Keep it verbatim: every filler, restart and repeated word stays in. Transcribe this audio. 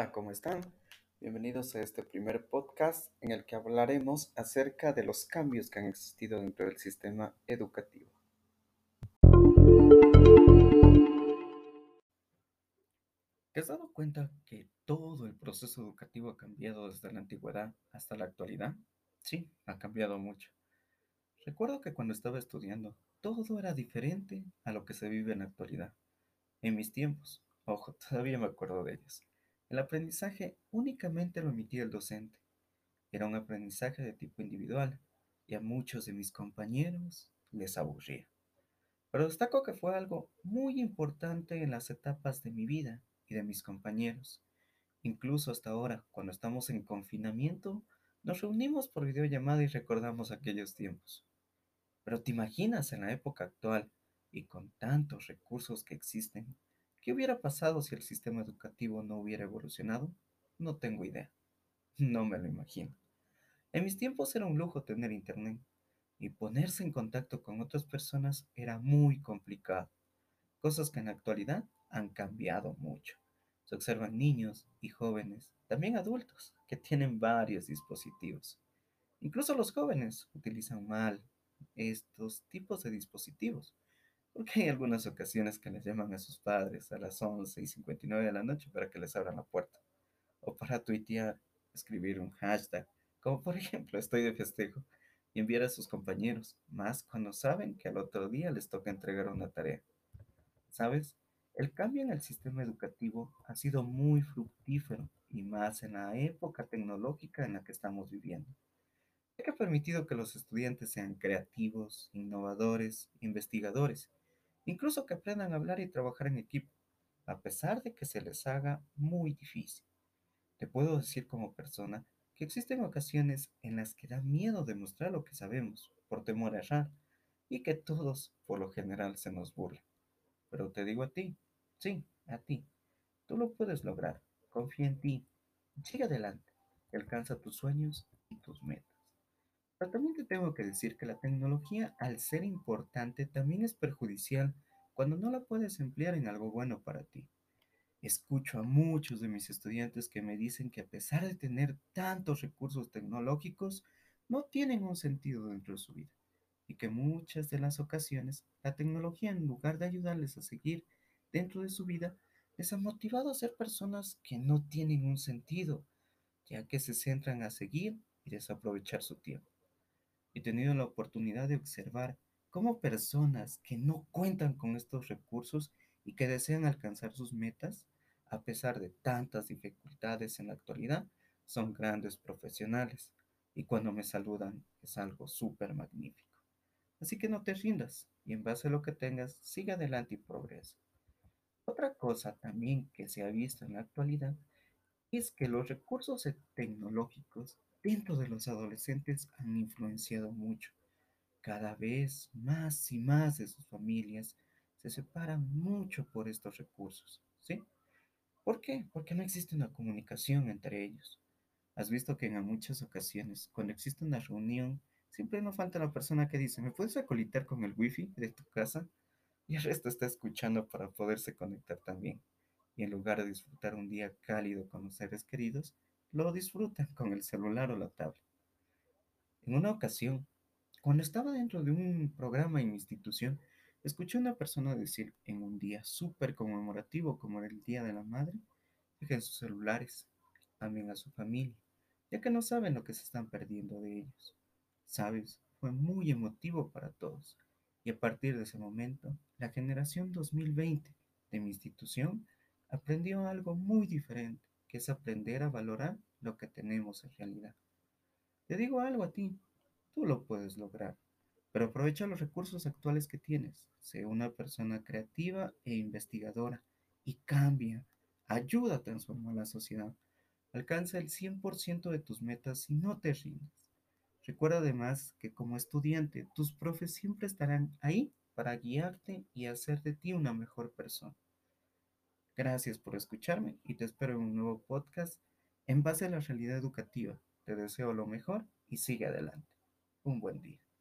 Hola, ¿cómo están? Bienvenidos a este primer podcast en el que hablaremos acerca de los cambios que han existido dentro del sistema educativo. ¿Te has dado cuenta que todo el proceso educativo ha cambiado desde la antigüedad hasta la actualidad? Sí, ha cambiado mucho. Recuerdo que cuando estaba estudiando, todo era diferente a lo que se vive en la actualidad. En mis tiempos, ojo, todavía me acuerdo de ellos. El aprendizaje únicamente lo emitía el docente. Era un aprendizaje de tipo individual y a muchos de mis compañeros les aburría. Pero destaco que fue algo muy importante en las etapas de mi vida y de mis compañeros. Incluso hasta ahora, cuando estamos en confinamiento, nos reunimos por videollamada y recordamos aquellos tiempos. Pero ¿te imaginas en la época actual y con tantos recursos que existen, qué hubiera pasado si el sistema educativo no hubiera evolucionado? No tengo idea. No me lo imagino. En mis tiempos era un lujo tener internet y ponerse en contacto con otras personas era muy complicado, cosas que en la actualidad han cambiado mucho. Se observan niños y jóvenes, también adultos, que tienen varios dispositivos. Incluso los jóvenes utilizan mal estos tipos de dispositivos, porque hay algunas ocasiones que les llaman a sus padres a las once y cincuenta y nueve de la noche para que les abran la puerta o para tuitear, escribir un hashtag, como por ejemplo estoy de festejo, y enviar a sus compañeros, más cuando saben que al otro día les toca entregar una tarea. ¿Sabes? El cambio en el sistema educativo ha sido muy fructífero y más en la época tecnológica en la que estamos viviendo, ya que ha permitido que los estudiantes sean creativos, innovadores, investigadores, incluso que aprendan a hablar y trabajar en equipo, a pesar de que se les haga muy difícil. Te puedo decir como persona que existen ocasiones en las que da miedo demostrar lo que sabemos por temor a errar y que todos, por lo general, se nos burlan. Pero te digo a ti, sí, a ti, tú lo puedes lograr. Confía en ti. Sigue adelante. Alcanza tus sueños y tus metas. Pero también te tengo que decir que la tecnología, al ser importante, también es perjudicial cuando no la puedes emplear en algo bueno para ti. Escucho a muchos de mis estudiantes que me dicen que a pesar de tener tantos recursos tecnológicos, no tienen un sentido dentro de su vida y que muchas de las ocasiones la tecnología en lugar de ayudarles a seguir dentro de su vida, les ha motivado a ser personas que no tienen un sentido, ya que se centran a seguir y desaprovechar su tiempo. He tenido la oportunidad de observar cómo personas que no cuentan con estos recursos y que desean alcanzar sus metas, a pesar de tantas dificultades en la actualidad, son grandes profesionales. Y cuando me saludan es algo súper magnífico. Así que no te rindas y en base a lo que tengas, sigue adelante y progresa. Otra cosa también que se ha visto en la actualidad es que los recursos e- tecnológicos dentro de los adolescentes han influenciado mucho. Cada vez más y más de sus familias se separan mucho por estos recursos, ¿sí? ¿Por qué? Porque no existe una comunicación entre ellos. Has visto que en muchas ocasiones, cuando existe una reunión, siempre no falta la persona que dice, ¿me puedes acolitar con el wifi de tu casa? Y el resto está escuchando para poderse conectar también. Y en lugar de disfrutar un día cálido con los seres queridos, lo disfrutan con el celular o la tablet. En una ocasión, cuando estaba dentro de un programa en mi institución, escuché a una persona decir en un día súper conmemorativo como era el Día de la Madre, dejen sus celulares, amen a su familia, ya que no saben lo que se están perdiendo de ellos. Sabes, fue muy emotivo para todos. Y a partir de ese momento, la generación dos mil veinte de mi institución aprendió algo muy diferente, que es aprender a valorar lo que tenemos en realidad. Te digo algo a ti, tú lo puedes lograr, pero aprovecha los recursos actuales que tienes. Sé una persona creativa e investigadora y cambia, ayuda a transformar la sociedad. Alcanza el cien por ciento de tus metas y no te rindas. Recuerda además que como estudiante, tus profes siempre estarán ahí para guiarte y hacer de ti una mejor persona. Gracias por escucharme y te espero en un nuevo podcast en base a la realidad educativa. Te deseo lo mejor y sigue adelante. Un buen día.